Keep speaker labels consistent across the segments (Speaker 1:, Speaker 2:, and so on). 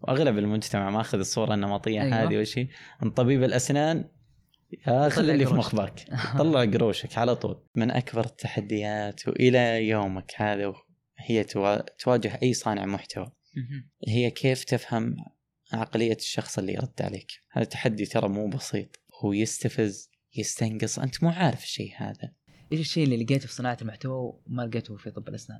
Speaker 1: وأغلب المجتمع ماخذ الصورة النمطية.
Speaker 2: أيوة.
Speaker 1: هذه وشي من طبيب الأسنان ياخذ اللي في مخباك طلع قروشك على طول. من أكبر التحديات وإلى يومك هذا هي تواجه أي صانع محتوى هي كيف تفهم عقلية الشخص اللي يرد عليك. هذا التحدي ترى مو بسيط، هو يستفز يستنقص، أنت مو عارف الشيء هذا.
Speaker 2: إيش الشيء اللي لقيته في صناعة المحتوى وما لقيته في طب الأسنان؟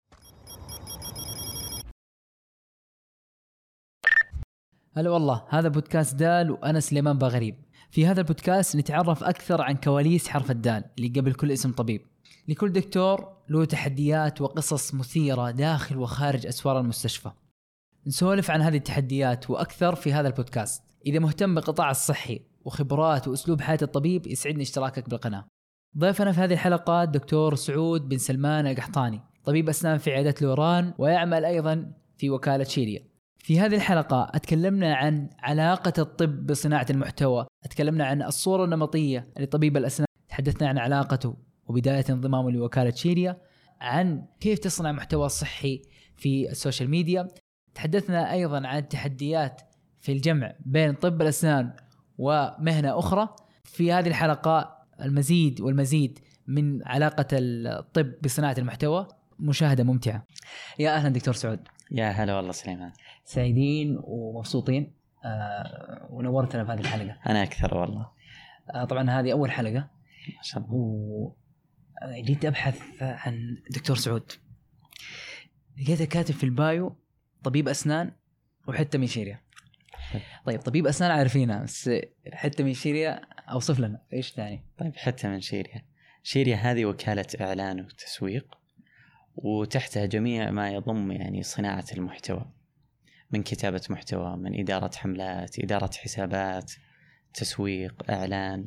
Speaker 2: هلا والله، هذا بودكاست دال وأنا سليمان باغريب. في هذا البودكاست نتعرف أكثر عن كواليس حرف الدال اللي قبل كل اسم طبيب. لكل دكتور له تحديات وقصص مثيرة داخل وخارج أسوار المستشفى. نسولف عن هذه التحديات وأكثر في هذا البودكاست. إذا مهتم بالقطاع الصحي وخبرات وأسلوب حياة الطبيب يسعدني اشتراكك بالقناة. ضيفنا في هذه الحلقة دكتور سعود بن سلمان القحطاني، طبيب أسنان في عيادة لوران ويعمل أيضا في وكالة شيريا. في هذه الحلقة أتكلمنا عن علاقة الطب بصناعة المحتوى، أتكلمنا عن الصورة النمطية لطبيب الأسنان، تحدثنا عن علاقته وبداية انضمامه لوكالة شيريا، عن كيف تصنع محتوى صحي في السوشيال ميديا. تحدثنا أيضا عن التحديات في الجمع بين طب الأسنان ومهنة أخرى. في هذه الحلقة المزيد والمزيد من علاقة الطب بصناعة المحتوى. مشاهدة ممتعة. يا أهلا دكتور سعود.
Speaker 1: يا هلا والله سليمان.
Speaker 2: سعيدين ومبسوطين ونورتنا في هذه الحلقة.
Speaker 1: أنا أكثر والله.
Speaker 2: طبعا هذه أول حلقة
Speaker 1: ما شاء الله.
Speaker 2: وجيت أبحث عن دكتور سعود، لقيته كاتب في البايو طبيب أسنان وحتى من شيريا. طيب طبيب أسنان عارفينها، بس حتى من شيريا أوصف لنا إيش ثاني؟
Speaker 1: طيب حتى من شيريا هذه وكالة إعلان وتسويق، وتحتها جميع ما يضم يعني صناعة المحتوى، من كتابة محتوى، من إدارة حملات، إدارة حسابات، تسويق، إعلان.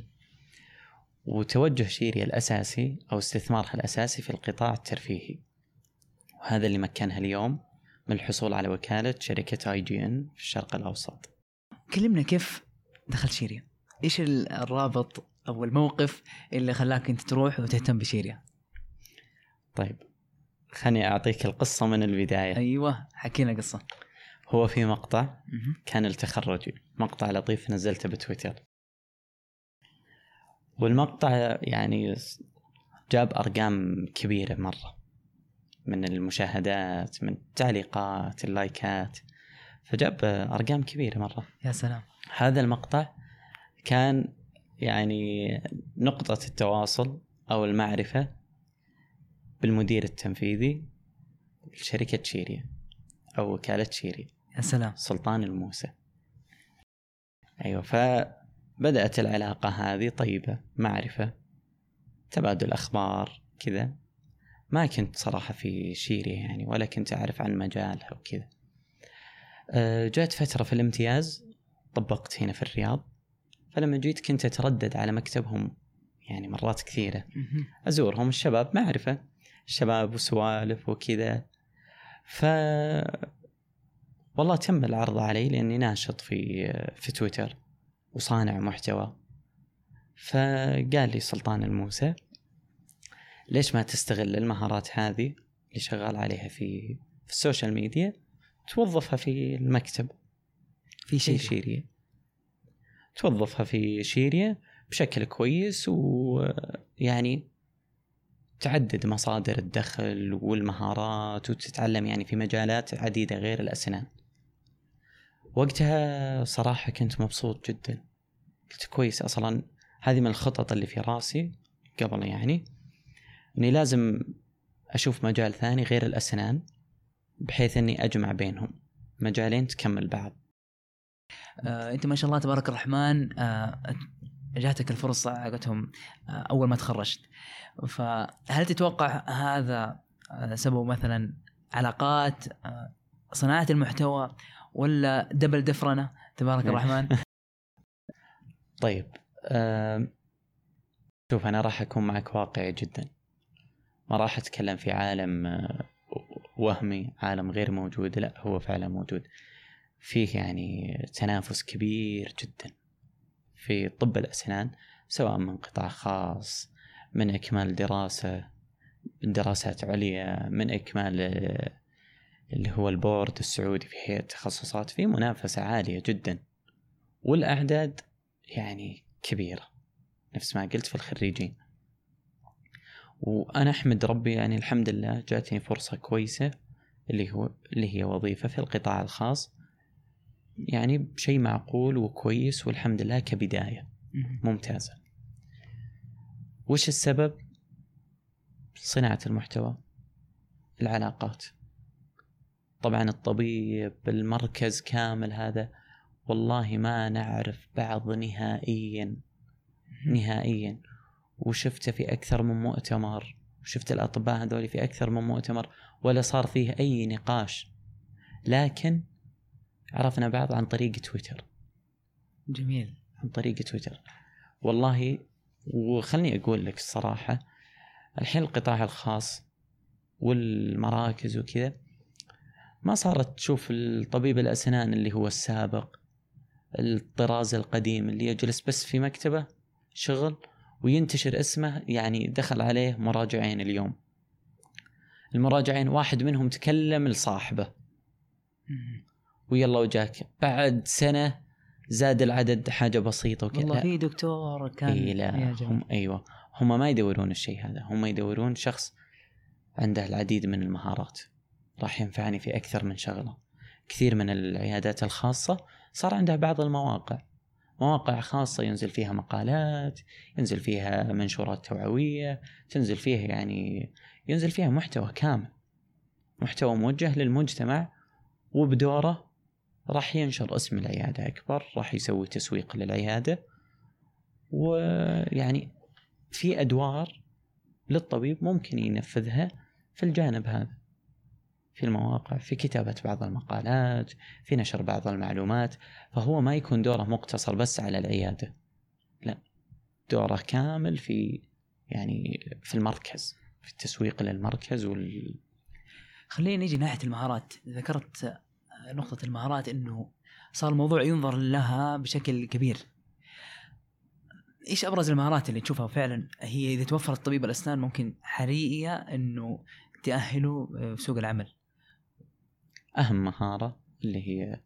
Speaker 1: وتوجه شيريا الأساسي أو استثمارها الأساسي في القطاع الترفيهي، وهذا اللي مكنها اليوم من الحصول على وكالة شركة IGN في الشرق الأوسط.
Speaker 2: كلمنا كيف دخل شيريا، إيش الرابط أو الموقف اللي خلاك أنت تروح وتهتم بشيريا؟
Speaker 1: طيب خلني أعطيك القصة من البداية.
Speaker 2: أيوة حكينا قصة.
Speaker 1: هو في مقطع كان التخرج، مقطع لطيف نزلته بتويتر، والمقطع يعني جاب أرقام كبيرة مرة من المشاهدات، من التعليقات، اللايكات، فجاب أرقام كبيرة مرة.
Speaker 2: يا سلام.
Speaker 1: هذا المقطع كان يعني نقطة التواصل أو المعرفة بالمدير التنفيذي لشركة شيريا أو وكالة شيريا.
Speaker 2: يا سلام.
Speaker 1: سلطان الموسى. أيوة، فبدأت العلاقة هذه طيبة، معرفة، تبادل أخبار كذا. ما كنت صراحة في شيريا يعني، ولا كنت أعرف عن مجالها وكذا. جاءت فترة في الامتياز طبقت هنا في الرياض، فلما جيت كنت أتردد على مكتبهم يعني مرات كثيرة، أزورهم، الشباب معرفة، الشباب وسوالف وكذا. والله تم العرض علي لأني ناشط في تويتر وصانع محتوى. فقال لي سلطان الموسى ليش ما تستغل المهارات هذه اللي شغال عليها في السوشيال ميديا، توظفها في المكتب في شيريا، توظفها في شيريا بشكل كويس، ويعني تعدد مصادر الدخل والمهارات، وتتعلم يعني في مجالات عديدة غير الأسنان. وقتها صراحة كنت مبسوط جدا، قلت كويس، أصلا هذه من الخطط اللي في راسي قبل، يعني أني لازم أشوف مجال ثاني غير الأسنان بحيث أني أجمع بينهم، مجالين تكمل بعض.
Speaker 2: أنت ما شاء الله تبارك الرحمن، جاتك الفرصة حقتهم أول ما تخرجت، فهل تتوقع هذا سبب مثلا علاقات، صناعة المحتوى، ولا دبل دفرنة تبارك الرحمن؟
Speaker 1: طيب شوف، أنا راح أكون معك واقعي جدا، ما راح أتكلم في عالم وهمي، عالم غير موجود، لا هو فعلا موجود، فيه يعني تنافس كبير جدا في طب الأسنان، سواء من قطاع خاص، من إكمال دراسات عليا، من إكمال اللي هو البورد السعودي في هيئة التخصصات، في منافسة عالية جدا، والأعداد يعني كبيرة نفس ما قلت في الخريجين. وأنا أحمد ربي يعني الحمد لله جاتني فرصة كويسة اللي هي وظيفة في القطاع الخاص، يعني بشيء معقول وكويس والحمد لله كبداية ممتازة. وش السبب؟ صناعة المحتوى، العلاقات. طبعا الطبيب بالمركز كامل هذا والله ما نعرف بعض نهائيا، وشفته في أكثر من مؤتمر، وشفت الأطباء هذول في أكثر من مؤتمر ولا صار فيه أي نقاش، لكن عرفنا بعض عن طريق تويتر.
Speaker 2: جميل.
Speaker 1: عن طريق تويتر والله. وخلني أقول لك الصراحة، الحين القطاع الخاص والمراكز وكذا ما صارت تشوف الطبيب الأسنان اللي هو السابق، الطراز القديم اللي يجلس بس في مكتبه شغل وينتشر اسمه، يعني دخل عليه مراجعين اليوم، المراجعين واحد منهم تكلم لصاحبه ويلا وجاك، بعد سنة زاد العدد حاجة بسيطة وكذا.
Speaker 2: والله في دكتور كان
Speaker 1: لا هم ما يدورون الشيء هذا، هم يدورون شخص عنده العديد من المهارات راح ينفعني في أكثر من شغلة. كثير من العيادات الخاصة صار عندها بعض مواقع خاصة ينزل فيها مقالات، ينزل فيها منشورات توعوية، تنزل فيها يعني ينزل فيها محتوى كامل، محتوى موجه للمجتمع، وبدوره راح ينشر اسم العيادة أكبر، راح يسوي تسويق للعيادة، ويعني في أدوار للطبيب ممكن ينفذها في الجانب هذا، في المواقع، في كتابة بعض المقالات، في نشر بعض المعلومات. فهو ما يكون دوره مقتصر بس على العيادة، لا، دوره كامل في يعني في المركز، في التسويق للمركز
Speaker 2: خلينا نيجي ناحية المهارات. ذكرت نقطة المهارات إنه صار الموضوع ينظر لها بشكل كبير. إيش أبرز المهارات اللي تشوفها فعلا هي إذا توفرت طبيب الأسنان ممكن حقيقية إنه تأهله في سوق العمل؟
Speaker 1: أهم مهارة اللي هي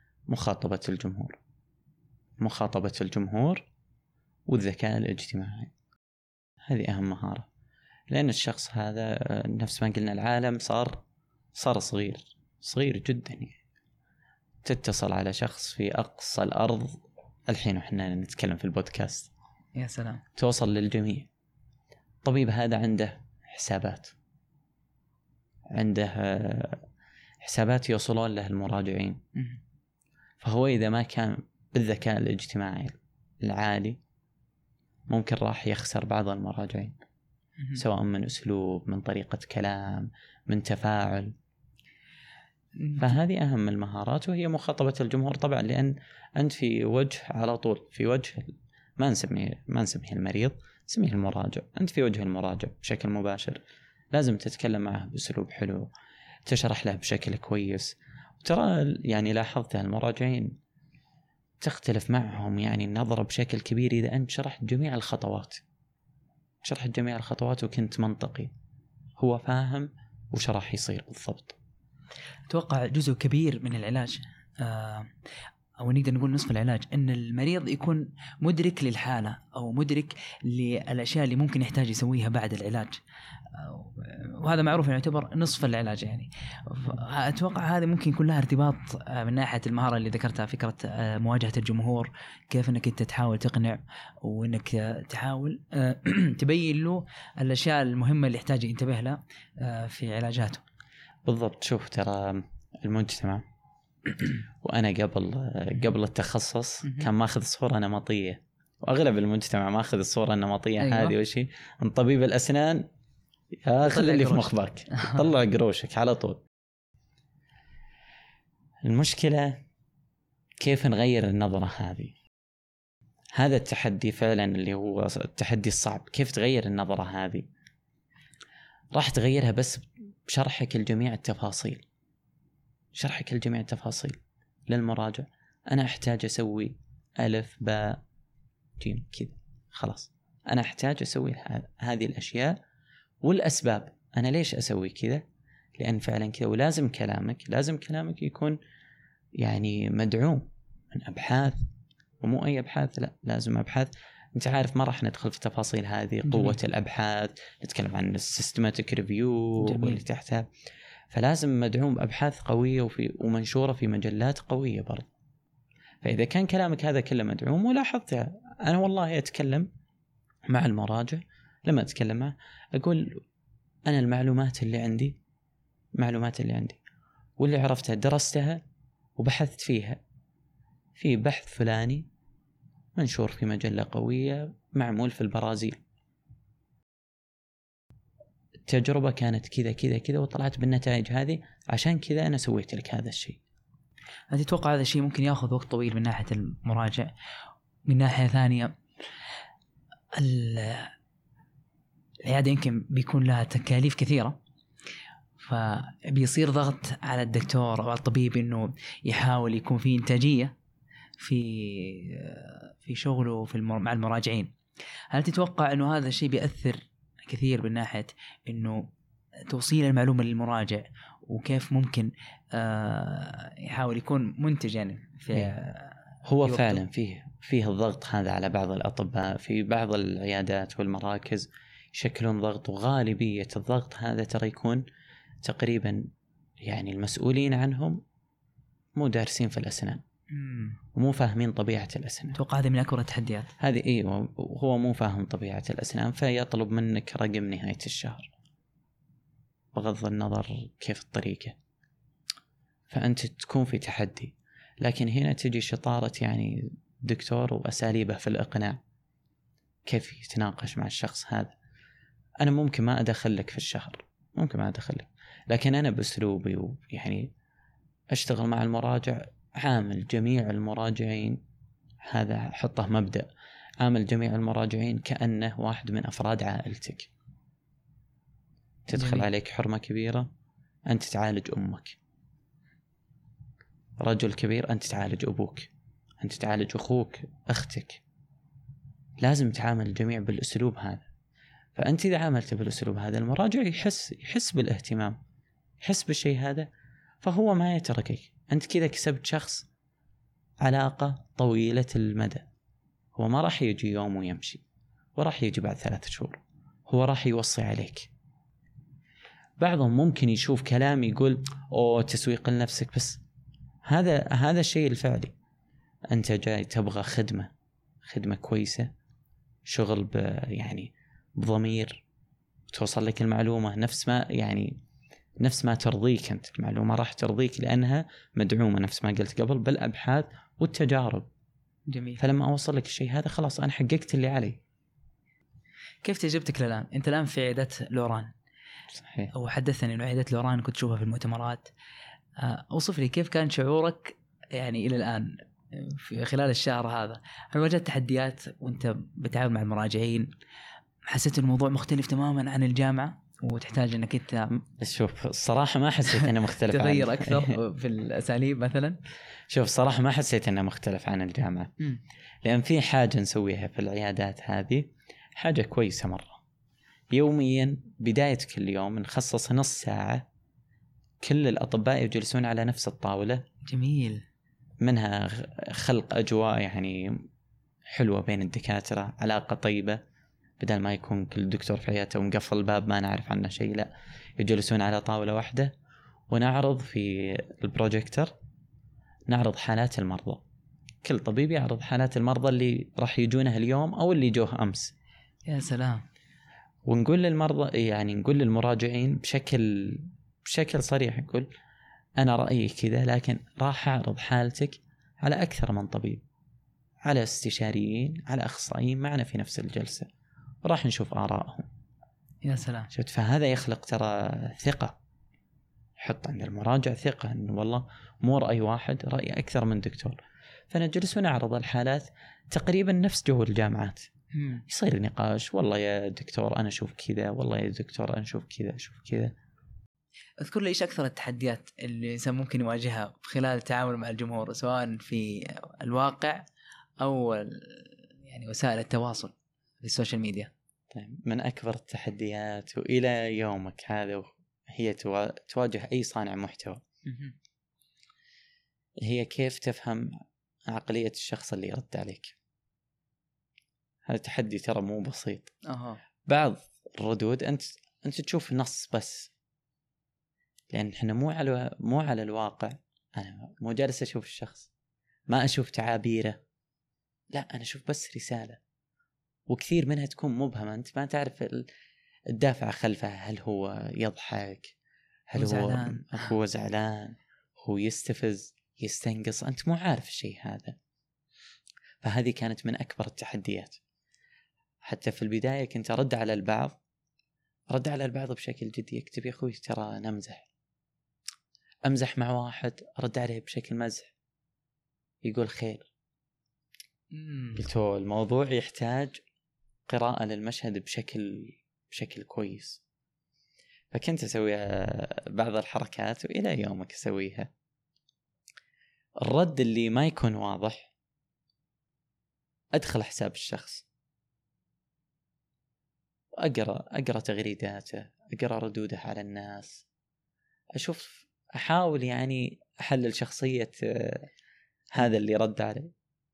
Speaker 1: مخاطبة الجمهور والذكاء الاجتماعي. هذه أهم مهارة، لأن الشخص هذا نفس ما قلنا العالم صار صغير جدا، يعني تتصل على شخص في أقصى الأرض الحين وحنا نتكلم في البودكاست،
Speaker 2: يا سلام،
Speaker 1: توصل للجميع. الطبيب هذا عنده حسابات يوصلون له المراجعين، فهو إذا ما كان بالذكاء الاجتماعي العالي ممكن راح يخسر بعض المراجعين، سواء من أسلوب، من طريقة كلام، من تفاعل. فهذه أهم المهارات، وهي مخاطبة الجمهور طبعا، لأن أنت في وجه على طول، في وجه ما نسميه المريض، نسميه المراجع. أنت في وجه المراجع بشكل مباشر، لازم تتكلم معه بأسلوب حلو، تشرح له بشكل كويس. وترى يعني لاحظت المراجعين تختلف معهم يعني النظرة بشكل كبير إذا أنت شرحت جميع الخطوات وكنت منطقي، هو فاهم وش راح يصير بالضبط.
Speaker 2: أتوقع جزء كبير من العلاج أو نقدر نقول نصف العلاج أن المريض يكون مدرك للحالة أو مدرك للأشياء اللي ممكن يحتاج يسويها بعد العلاج، وهذا معروف يعتبر نصف العلاج يعني. أتوقع هذا ممكن يكون لها ارتباط من ناحية المهارة اللي ذكرتها، فكرة مواجهة الجمهور، كيف أنك أنت تحاول تقنع وأنك تحاول تبين له الأشياء المهمة اللي يحتاج ينتبه لها في علاجاته.
Speaker 1: بالضبط. شوف ترى المجتمع وأنا قبل التخصص كان ماخذ صورة نمطية، وأغلب المجتمع ماخذ الصورة النمطية.
Speaker 2: أيوة.
Speaker 1: هذه وشي من طبيب الأسنان، خذ اللي في مخباك، طلع قروشك على طول. المشكلة كيف نغير النظرة هذه؟ هذا التحدي فعلا اللي هو التحدي الصعب. كيف تغير النظرة هذه؟ راح تغيرها بس بشرحك الجميع التفاصيل، للمراجع. أنا أحتاج أسوي ألف باء جيم كذا، خلاص أنا أحتاج أسوي هذه الأشياء والأسباب، أنا ليش أسوي كذا، لأن فعلا كذا. ولازم كلامك يكون يعني مدعوم من أبحاث، ومو أي أبحاث، لا لازم أبحاث. أنت عارف ما راح ندخل في تفاصيل هذه. قوة الأبحاث، نتكلم عن السيستماتيك ريفيو واللي تحتها. فلازم مدعوم بأبحاث قوية ومنشورة في مجلات قوية برضه. فإذا كان كلامك هذا كله مدعوم، ولاحظت أنا والله أتكلم مع المراجع، لما أتكلم معه أقول أنا المعلومات اللي عندي واللي عرفتها درستها وبحثت فيها في بحث فلاني منشور في مجلة قوية معمول في البرازيل، التجربة كانت كذا كذا كذا وطلعت بالنتائج هذه، عشان كذا أنا سويت لك هذا الشيء.
Speaker 2: أنت تتوقع هذا الشيء ممكن يأخذ وقت طويل من ناحية المراجع؟ من ناحية ثانية العيادة يمكن بيكون لها تكاليف كثيرة، فبيصير ضغط على الدكتور أو على الطبيب إنه يحاول يكون في إنتاجية في شغله مع المراجعين. هل تتوقع إنه هذا الشيء بيأثر كثير من ناحية إنه توصيل المعلومة للمراجع، وكيف ممكن يحاول يكون منتج يعني
Speaker 1: هو فعلا فيه الضغط هذا على بعض الأطباء في بعض العيادات والمراكز، يشكلون ضغط، وغالبية الضغط هذا ترى يكون تقريبا يعني المسؤولين عنهم مو دارسين في الأسنان ومو فاهمين طبيعة الأسنان.
Speaker 2: توقع هذا من أكبر التحديات.
Speaker 1: هذه هو مو فاهم طبيعة الأسنان، فيطلب منك رقم نهاية الشهر بغض النظر كيف الطريقة، فأنت تكون في تحدي. لكن هنا تجي شطارة يعني دكتور وأساليبه في الإقناع، كيف يتناقش مع الشخص هذا. أنا ممكن ما أدخلك في الشهر، لكن أنا بأسلوبي ويعني أشتغل مع المراجع عامل جميع المراجعين، هذا حطه مبدأ، عامل جميع المراجعين كأنه واحد من أفراد عائلتك. تدخل عليك حرمة كبيرة، أنت تعالج أمك. رجل كبير، أنت تعالج أبوك، أنت تعالج أخوك، أختك. لازم تعامل الجميع بالأسلوب هذا. فأنت إذا عاملت بالأسلوب هذا، المراجع يحس بالاهتمام، يحس بالشيء هذا، فهو ما يتركك. أنت كذا كسبت شخص علاقة طويلة المدى. هو ما راح يجي يوم ويمشي، وراح يجي بعد 3 شهور، هو راح يوصي عليك. بعضهم ممكن يشوف كلام يقول أوه تسويق لنفسك، بس هذا الشيء الفعلي. أنت جاي تبغى خدمة كويسة، شغل يعني بضمير، توصل لك المعلومة نفس ما ترضيك أنت. المعلومة راح ترضيك لأنها مدعومة نفس ما قلت قبل بالأبحاث والتجارب.
Speaker 2: جميل.
Speaker 1: فلما أوصل لك الشيء هذا خلاص أنا حققت اللي علي.
Speaker 2: كيف تجربتك الآن؟ أنت الآن في عيادة لوران.
Speaker 1: صحيح.
Speaker 2: وحدثني إنه عيادة لوران كنت تشوفها في المؤتمرات. أوصف لي كيف كان شعورك يعني إلى الآن في خلال الشهر هذا. هل واجهت تحديات وأنت بتعامل مع المراجعين؟ حسيت الموضوع مختلف تماما عن الجامعة وتحتاج أنك أنت
Speaker 1: شوف الصراحة ما حسيت أنه مختلف
Speaker 2: تغير أكثر في الأساليب مثلا؟
Speaker 1: شوف الصراحة ما حسيت أنه مختلف عن الجامعة. لأن في حاجة نسويها في العيادات هذه، حاجة كويسة مرة. يوميا بداية كل يوم نخصص نص ساعة كل الأطباء يجلسون على نفس الطاولة.
Speaker 2: جميل.
Speaker 1: منها خلق أجواء يعني حلوة بين الدكاترة، علاقة طيبة، بدل ما يكون كل دكتور في عيادته ومقفل الباب ما نعرف عنه شيء. لا، يجلسون على طاولة واحدة، ونعرض في البروجيكتور نعرض حالات المرضى. كل طبيب يعرض حالات المرضى اللي راح يجونه اليوم أو اللي جوه أمس.
Speaker 2: يا سلام.
Speaker 1: ونقول للمرضى يعني نقول للمراجعين بشكل صريح، نقول أنا رأيي كذا، لكن راح أعرض حالتك على أكثر من طبيب، على استشاريين، على أخصائيين معنا في نفس الجلسة، وراح نشوف آرائهم.
Speaker 2: يا سلام.
Speaker 1: شفت؟ فهذا يخلق ترى ثقة، حط عند المراجع ثقة إنه والله مو رأي واحد، رأي أكثر من دكتور. فنجلس ونعرض الحالات تقريبا نفس جو الجامعات. يصير نقاش، والله يا دكتور أنا أشوف كذا، والله يا دكتور أنا أشوف كذا.
Speaker 2: أذكر لي إيش أكثر التحديات اللي الإنسان ممكن يواجهها خلال التعامل مع الجمهور، سواء في الواقع أو يعني وسائل التواصل في السوشيال ميديا؟
Speaker 1: طيب، من أكبر التحديات وإلى يومك هذا هي تواجه أي صانع محتوى، هي كيف تفهم عقلية الشخص اللي يرد عليك. هذا تحدي ترى مو بسيط. بعض الردود أنت تشوف النص بس، لأن إحنا مو على الواقع. أنا مو جالس أشوف الشخص، ما أشوف تعابيره، لا أنا أشوف بس رسالة، وكثير منها تكون مبهمة. أنت ما تعرف الدافع خلفها، هل هو يضحك، هل هو زعلان، هو يستفز، يستنقص، أنت مو عارف الشيء هذا. فهذه كانت من أكبر التحديات. حتى في البداية كنت أرد على البعض بشكل جدي، أكتب يا أخوي ترى أمزح مع واحد، أرد عليه بشكل مزح، يقول خير. قلت الموضوع يحتاج قراءة للمشهد بشكل كويس. فكنت أسوي بعض الحركات وإلى يومك أسويها. الرد اللي ما يكون واضح، أدخل حساب الشخص، أقرأ تغريداته، أقرأ ردوده على الناس، أحاول يعني أحلل شخصية هذا اللي رد علي.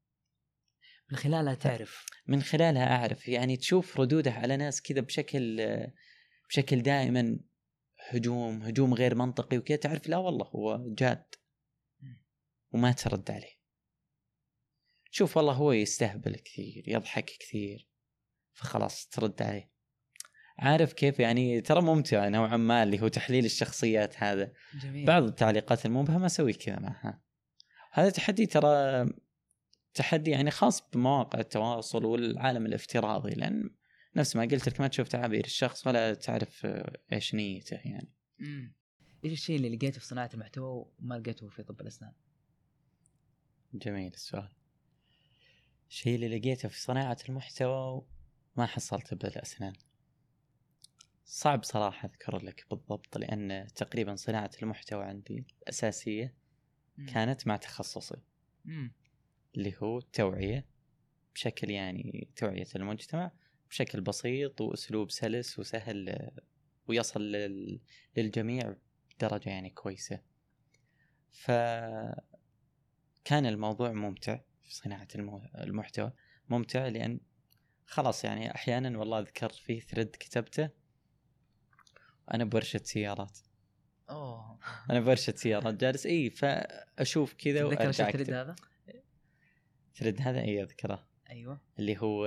Speaker 1: من خلالها أعرف يعني تشوف ردوده على ناس كذا بشكل دائما هجوم غير منطقي وكذا، تعرف لا والله هو جاد وما ترد عليه. شوف والله هو يستهبل كثير، يضحك كثير، فخلاص ترد عليه. عارف كيف يعني؟ ترى ممتع نوعا ما اللي هو تحليل الشخصيات هذا.
Speaker 2: جميل.
Speaker 1: بعض التعليقات المبهمة أسوي كذا معها. هذا تحدي، ترى تحدي يعني خاص بمواقع التواصل والعالم الافتراضي، لأن نفس ما قلت لك ما تشوف تعابير الشخص ولا تعرف إيش نيته يعني.
Speaker 2: إيش الشيء اللي لقيته في صناعة المحتوى وما لقيته في طب الأسنان؟
Speaker 1: جميل السؤال. الشيء اللي لقيته في صناعة المحتوى ما حصلته بالأسنان، صعب صراحة أذكر لك بالضبط، لأن تقريبا صناعة المحتوى عندي الأساسية كانت مع تخصصي اللي هو التوعية، بشكل يعني توعية المجتمع بشكل بسيط وأسلوب سلس وسهل ويصل للجميع بدرجة يعني كويسة. فكان الموضوع ممتع في صناعة المحتوى، ممتع لأن خلاص يعني أحيانا والله أذكر فيه ثريد كتبته أنا بورشة سيارات. أنا بورشة سيارات جالس فأشوف كذا وأرجع أكتب.
Speaker 2: هذا
Speaker 1: ثريد هذا أذكره.
Speaker 2: أيوة.
Speaker 1: اللي هو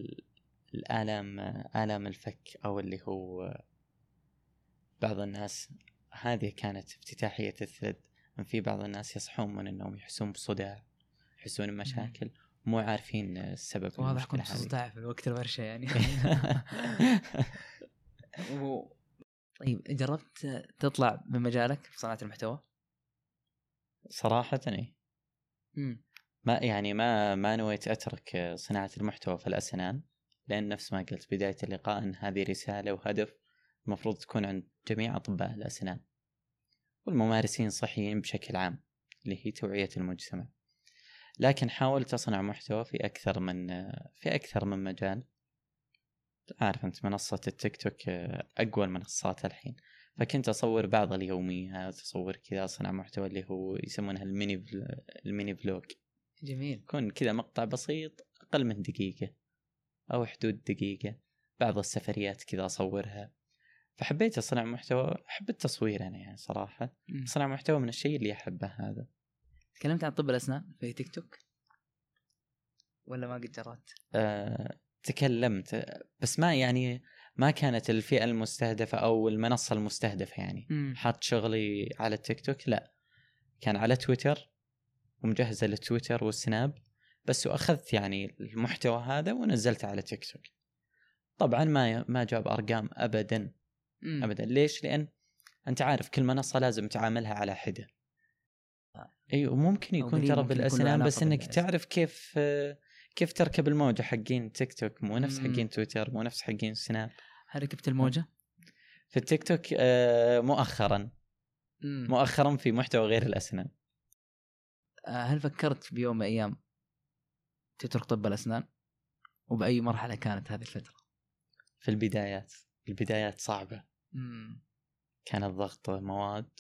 Speaker 1: آلام الفك، أو اللي هو بعض الناس، هذه كانت افتتاحية الثريد. في بعض الناس يصحون من النوم يحسون بصداع، يحسون بمشاكل، مو عارفين السبب.
Speaker 2: واضح كنت صداع في وقت الورشة يعني. طيب جربت تطلع من مجالك في صناعة المحتوى؟
Speaker 1: صراحة ما نويت أترك صناعة المحتوى في الأسنان، لأن نفس ما قلت بداية اللقاء أن هذه رسالة وهدف المفروض تكون عند جميع أطباء الأسنان والممارسين الصحيين بشكل عام، اللي هي توعية المجتمع. لكن حاولت أصنع محتوى في أكثر من مجال. عارف أنت منصة التيك توك أقوى المنصات الحين، فكنت أصور بعض اليوميات، أصور كذا، أصنع محتوى اللي هو يسمونها الميني فلوج.
Speaker 2: جميل.
Speaker 1: يكون كذا مقطع بسيط أقل من دقيقة أو حدود دقيقة، بعض السفريات كذا أصورها. فحبيت أصنع محتوى، أحب التصوير أنا يعني صراحة. أصنع محتوى من الشيء اللي أحبه هذا.
Speaker 2: تكلمت عن طب الأسنان في تيك توك ولا ما قد جربت؟
Speaker 1: تكلمت، بس ما كانت الفئة المستهدفة أو المنصة المستهدفة يعني. حط شغلي على التيك توك، لا كان على تويتر ومجهزة للتويتر والسناب بس، وأخذت يعني المحتوى هذا ونزلته على تيك توك. طبعا ما جاب أرقام أبدا. أبدا. ليش؟ لأن أنت عارف كل منصة لازم تعاملها على حدة. أيوة، ممكن يكون ترى بالأسنان، بس إنك تعرف كيف تركب الموجة حقين تيك توك، مو نفس حقين تويتر، مو نفس حقين سناب.
Speaker 2: هل ركبت الموجة
Speaker 1: في التيك توك؟ مؤخرا في محتوى غير الأسنان.
Speaker 2: هل فكرت بيوم من الأيام تترك طب الأسنان؟ وبأي مرحلة كانت هذه الفترة؟
Speaker 1: في البدايات صعبة. كان الضغط مواد.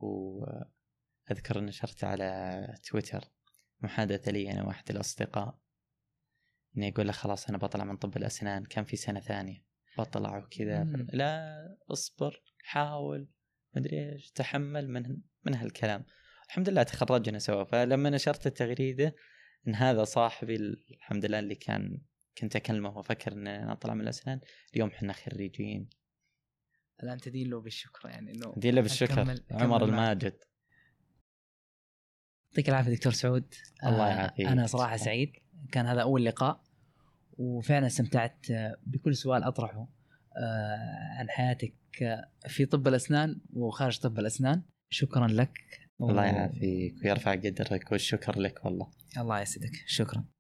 Speaker 1: وأذكر نشرت على تويتر محادثة لي أنا واحد الأصدقاء إني أقول له خلاص أنا بطلع من طب الأسنان، كان في سنة ثانية بطلع وكذا، لا أصبر حاول مدري إيش تحمل من هالكلام. الحمد لله تخرجنا سوا. فلما نشرت التغريدة إن هذا صاحبي الحمد لله اللي كنت أكلمه وفكر إن أطلع من الأسنان، اليوم حنا خريجين.
Speaker 2: الآن تدين له بالشكر، يعني إنه
Speaker 1: دين له بالشكر. عمر الماجد.
Speaker 2: يعطيك العافية دكتور سعود.
Speaker 1: الله يعافيك.
Speaker 2: أنا صراحة سعيد، كان هذا أول لقاء وفعلا استمتعت بكل سؤال أطرحه عن حياتك في طب الأسنان وخارج طب الأسنان. شكرا لك.
Speaker 1: الله يعافيك ويرفع قدرك، والشكر لك والله.
Speaker 2: الله يسعدك. شكرا.